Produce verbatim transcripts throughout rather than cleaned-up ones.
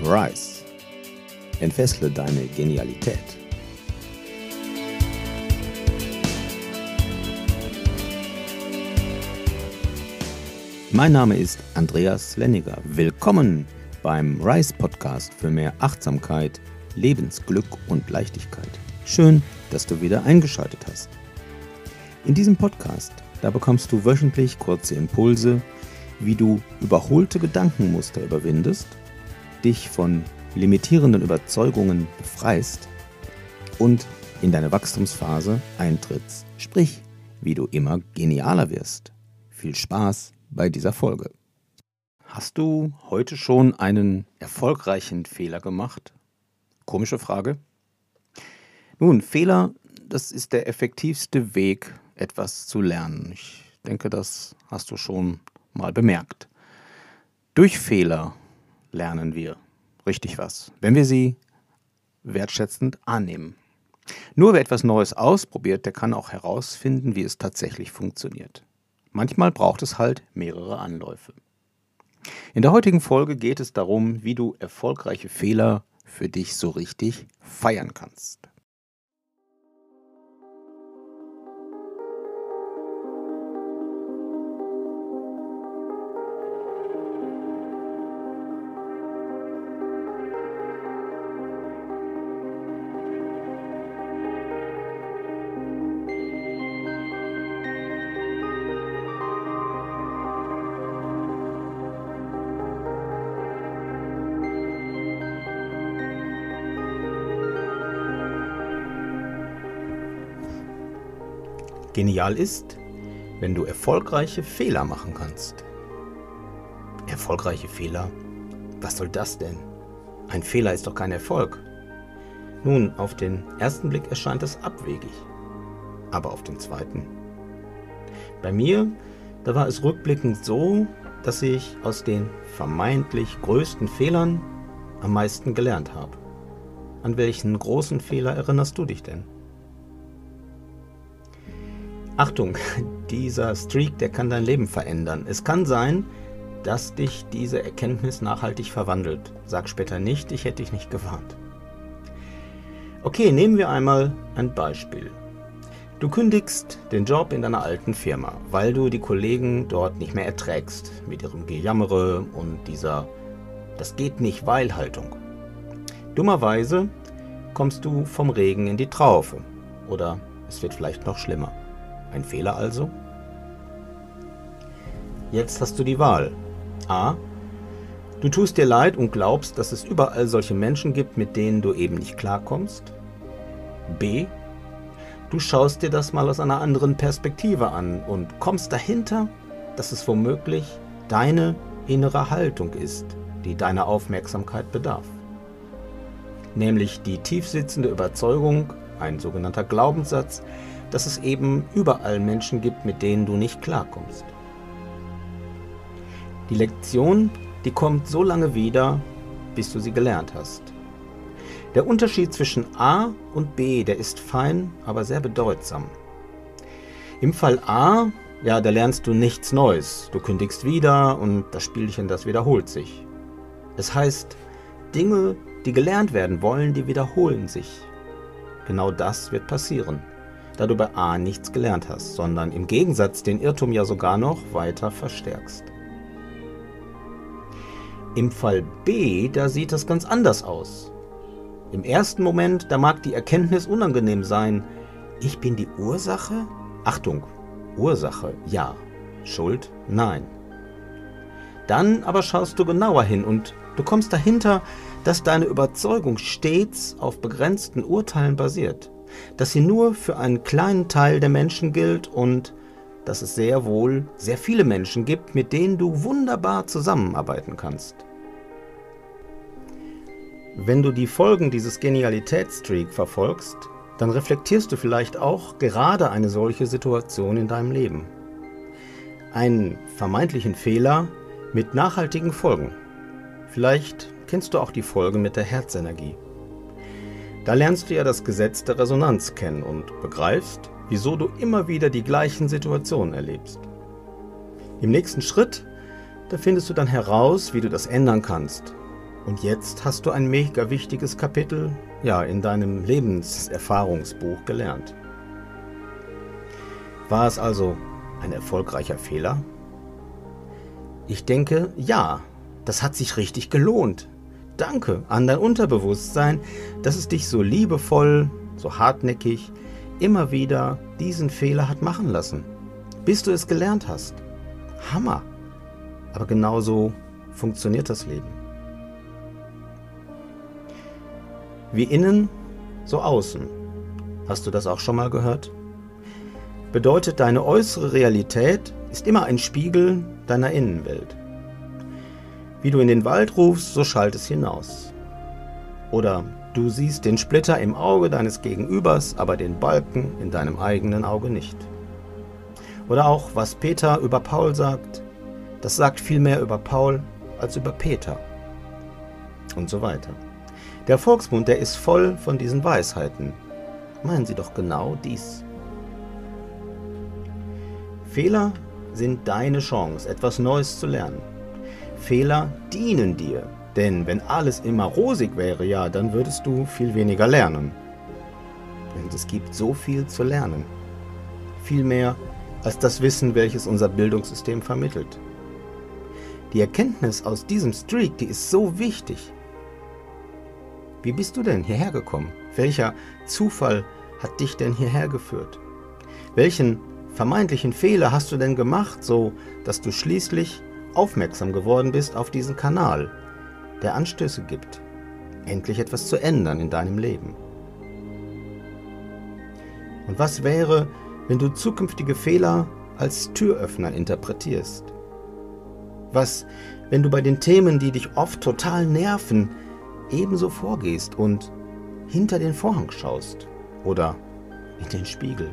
Rise. Entfessle deine Genialität. Mein Name ist Andreas Lenniger. Willkommen beim Rise Podcast für mehr Achtsamkeit, Lebensglück und Leichtigkeit. Schön, dass du wieder eingeschaltet hast. In diesem Podcast, da bekommst du wöchentlich kurze Impulse, wie du überholte Gedankenmuster überwindest, dich von limitierenden Überzeugungen befreist und in deine Wachstumsphase eintrittst, sprich, wie du immer genialer wirst. Viel Spaß bei dieser Folge. Hast du heute schon einen erfolgreichen Fehler gemacht? Komische Frage. Nun, Fehler, das ist der effektivste Weg, etwas zu lernen. Ich denke, das hast du schon mal bemerkt. Durch Fehler lernen wir richtig was, wenn wir sie wertschätzend annehmen. Nur wer etwas Neues ausprobiert, der kann auch herausfinden, wie es tatsächlich funktioniert. Manchmal braucht es halt mehrere Anläufe. In der heutigen Folge geht es darum, wie du erfolgreiche Fehler für dich so richtig feiern kannst. Genial ist, wenn du erfolgreiche Fehler machen kannst. Erfolgreiche Fehler? Was soll das denn? Ein Fehler ist doch kein Erfolg. Nun, auf den ersten Blick erscheint es abwegig, aber auf den zweiten. Bei mir, da war es rückblickend so, dass ich aus den vermeintlich größten Fehlern am meisten gelernt habe. An welchen großen Fehler erinnerst du dich denn? Achtung, dieser Streak, der kann dein Leben verändern. Es kann sein, dass dich diese Erkenntnis nachhaltig verwandelt. Sag später nicht, ich hätte dich nicht gewarnt. Okay, nehmen wir einmal ein Beispiel. Du kündigst den Job in deiner alten Firma, weil du die Kollegen dort nicht mehr erträgst, mit ihrem Gejammere und dieser "Das geht nicht, weil" Haltung. Dummerweise kommst du vom Regen in die Traufe oder es wird vielleicht noch schlimmer. Ein Fehler also? Jetzt hast du die Wahl. A. Du tust dir leid und glaubst, dass es überall solche Menschen gibt, mit denen du eben nicht klarkommst. B. Du schaust dir das mal aus einer anderen Perspektive an und kommst dahinter, dass es womöglich deine innere Haltung ist, die deiner Aufmerksamkeit bedarf. Nämlich die tiefsitzende Überzeugung, ein sogenannter Glaubenssatz, dass es eben überall Menschen gibt, mit denen du nicht klarkommst. Die Lektion, die kommt so lange wieder, bis du sie gelernt hast. Der Unterschied zwischen A und B, der ist fein, aber sehr bedeutsam. Im Fall A, ja, da lernst du nichts Neues. Du kündigst wieder und das Spielchen, das wiederholt sich. Es heißt, Dinge, die gelernt werden wollen, die wiederholen sich. Genau das wird passieren, da du bei A nichts gelernt hast, sondern im Gegensatz den Irrtum ja sogar noch weiter verstärkst. Im Fall B, da sieht es ganz anders aus. Im ersten Moment, da mag die Erkenntnis unangenehm sein. Ich bin die Ursache? Achtung, Ursache, ja. Schuld, nein. Dann aber schaust du genauer hin und du kommst dahinter, dass deine Überzeugung stets auf begrenzten Urteilen basiert, dass sie nur für einen kleinen Teil der Menschen gilt und dass es sehr wohl sehr viele Menschen gibt, mit denen du wunderbar zusammenarbeiten kannst. Wenn du die Folgen dieses Genialitätsstreak verfolgst, dann reflektierst du vielleicht auch gerade eine solche Situation in deinem Leben. Einen vermeintlichen Fehler mit nachhaltigen Folgen. Vielleicht kennst du auch die Folge mit der Herzenergie. Da lernst du ja das Gesetz der Resonanz kennen und begreifst, wieso du immer wieder die gleichen Situationen erlebst. Im nächsten Schritt, da findest du dann heraus, wie du das ändern kannst. Und jetzt hast du ein mega wichtiges Kapitel, ja, in deinem Lebenserfahrungsbuch gelernt. War es also ein erfolgreicher Fehler? Ich denke, ja, das hat sich richtig gelohnt. Danke an dein Unterbewusstsein, dass es dich so liebevoll, so hartnäckig, immer wieder diesen Fehler hat machen lassen, bis du es gelernt hast. Hammer! Aber genauso funktioniert das Leben. Wie innen, so außen. Hast du das auch schon mal gehört? Bedeutet, deine äußere Realität ist immer ein Spiegel deiner Innenwelt. Wie du in den Wald rufst, so schallt es hinaus. Oder du siehst den Splitter im Auge deines Gegenübers, aber den Balken in deinem eigenen Auge nicht. Oder auch, was Peter über Paul sagt, das sagt viel mehr über Paul als über Peter. Und so weiter. Der Volksmund, der ist voll von diesen Weisheiten. Meinen sie doch genau dies. Fehler sind deine Chance, etwas Neues zu lernen. Fehler dienen dir, denn wenn alles immer rosig wäre, ja, dann würdest du viel weniger lernen. Denn es gibt so viel zu lernen. Viel mehr als das Wissen, welches unser Bildungssystem vermittelt. Die Erkenntnis aus diesem Streak, die ist so wichtig. Wie bist du denn hierher gekommen? Welcher Zufall hat dich denn hierher geführt? Welchen vermeintlichen Fehler hast du denn gemacht, so dass du schließlich aufmerksam geworden bist auf diesen Kanal, der Anstöße gibt, endlich etwas zu ändern in deinem Leben? Und was wäre, wenn du zukünftige Fehler als Türöffner interpretierst? Was, wenn du bei den Themen, die dich oft total nerven, ebenso vorgehst und hinter den Vorhang schaust oder in den Spiegel?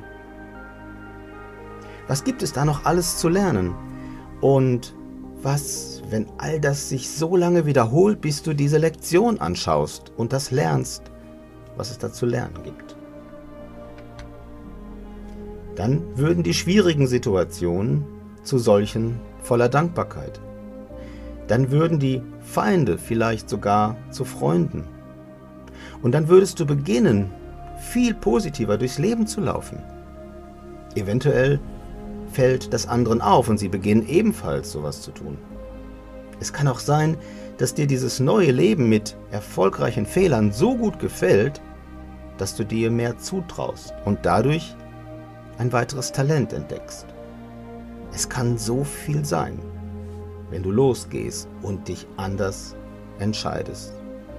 Was gibt es da noch alles zu lernen? Und was, wenn all das sich so lange wiederholt, bis du diese Lektion anschaust und das lernst, was es da zu lernen gibt? Dann würden die schwierigen Situationen zu solchen voller Dankbarkeit. Dann würden die Feinde vielleicht sogar zu Freunden. Und dann würdest du beginnen, viel positiver durchs Leben zu laufen. Eventuell fällt das anderen auf und sie beginnen ebenfalls sowas zu tun. Es kann auch sein, dass dir dieses neue Leben mit erfolgreichen Fehlern so gut gefällt, dass du dir mehr zutraust und dadurch ein weiteres Talent entdeckst. Es kann so viel sein, wenn du losgehst und dich anders entscheidest.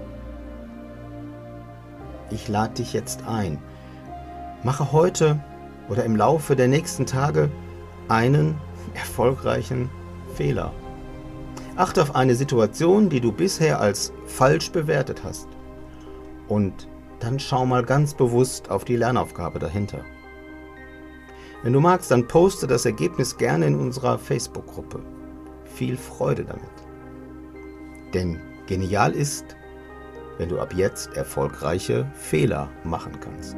Ich lade dich jetzt ein. Mache heute oder im Laufe der nächsten Tage einen erfolgreichen Fehler. Achte auf eine Situation, die du bisher als falsch bewertet hast. Und dann schau mal ganz bewusst auf die Lernaufgabe dahinter. Wenn du magst, dann poste das Ergebnis gerne in unserer Facebook-Gruppe. Viel Freude damit. Denn genial ist, wenn du ab jetzt erfolgreiche Fehler machen kannst.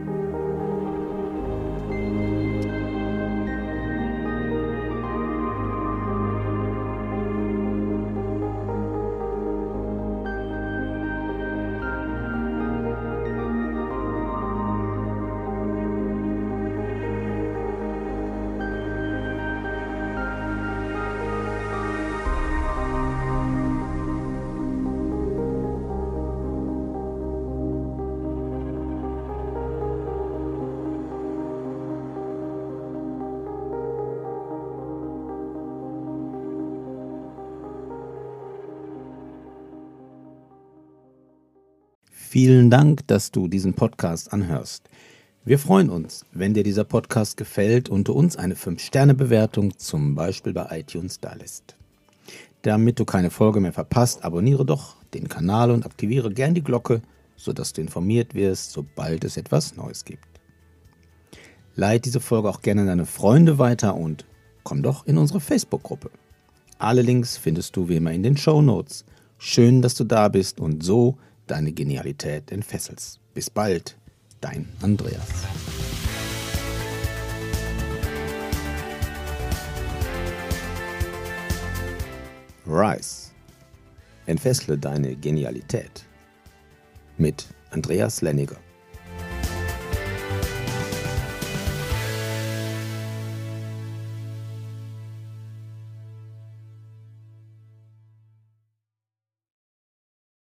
Vielen Dank, dass du diesen Podcast anhörst. Wir freuen uns, wenn dir dieser Podcast gefällt und du uns eine fünf Sterne Bewertung zum Beispiel bei iTunes dalässt. Damit du keine Folge mehr verpasst, abonniere doch den Kanal und aktiviere gern die Glocke, sodass du informiert wirst, sobald es etwas Neues gibt. Leite diese Folge auch gerne an deine Freunde weiter und komm doch in unsere Facebook-Gruppe. Alle Links findest du wie immer in den Shownotes. Schön, dass du da bist und so deine Genialität entfesselst. Bis bald, dein Andreas. Rise. Entfessle deine Genialität mit Andreas Lenniger.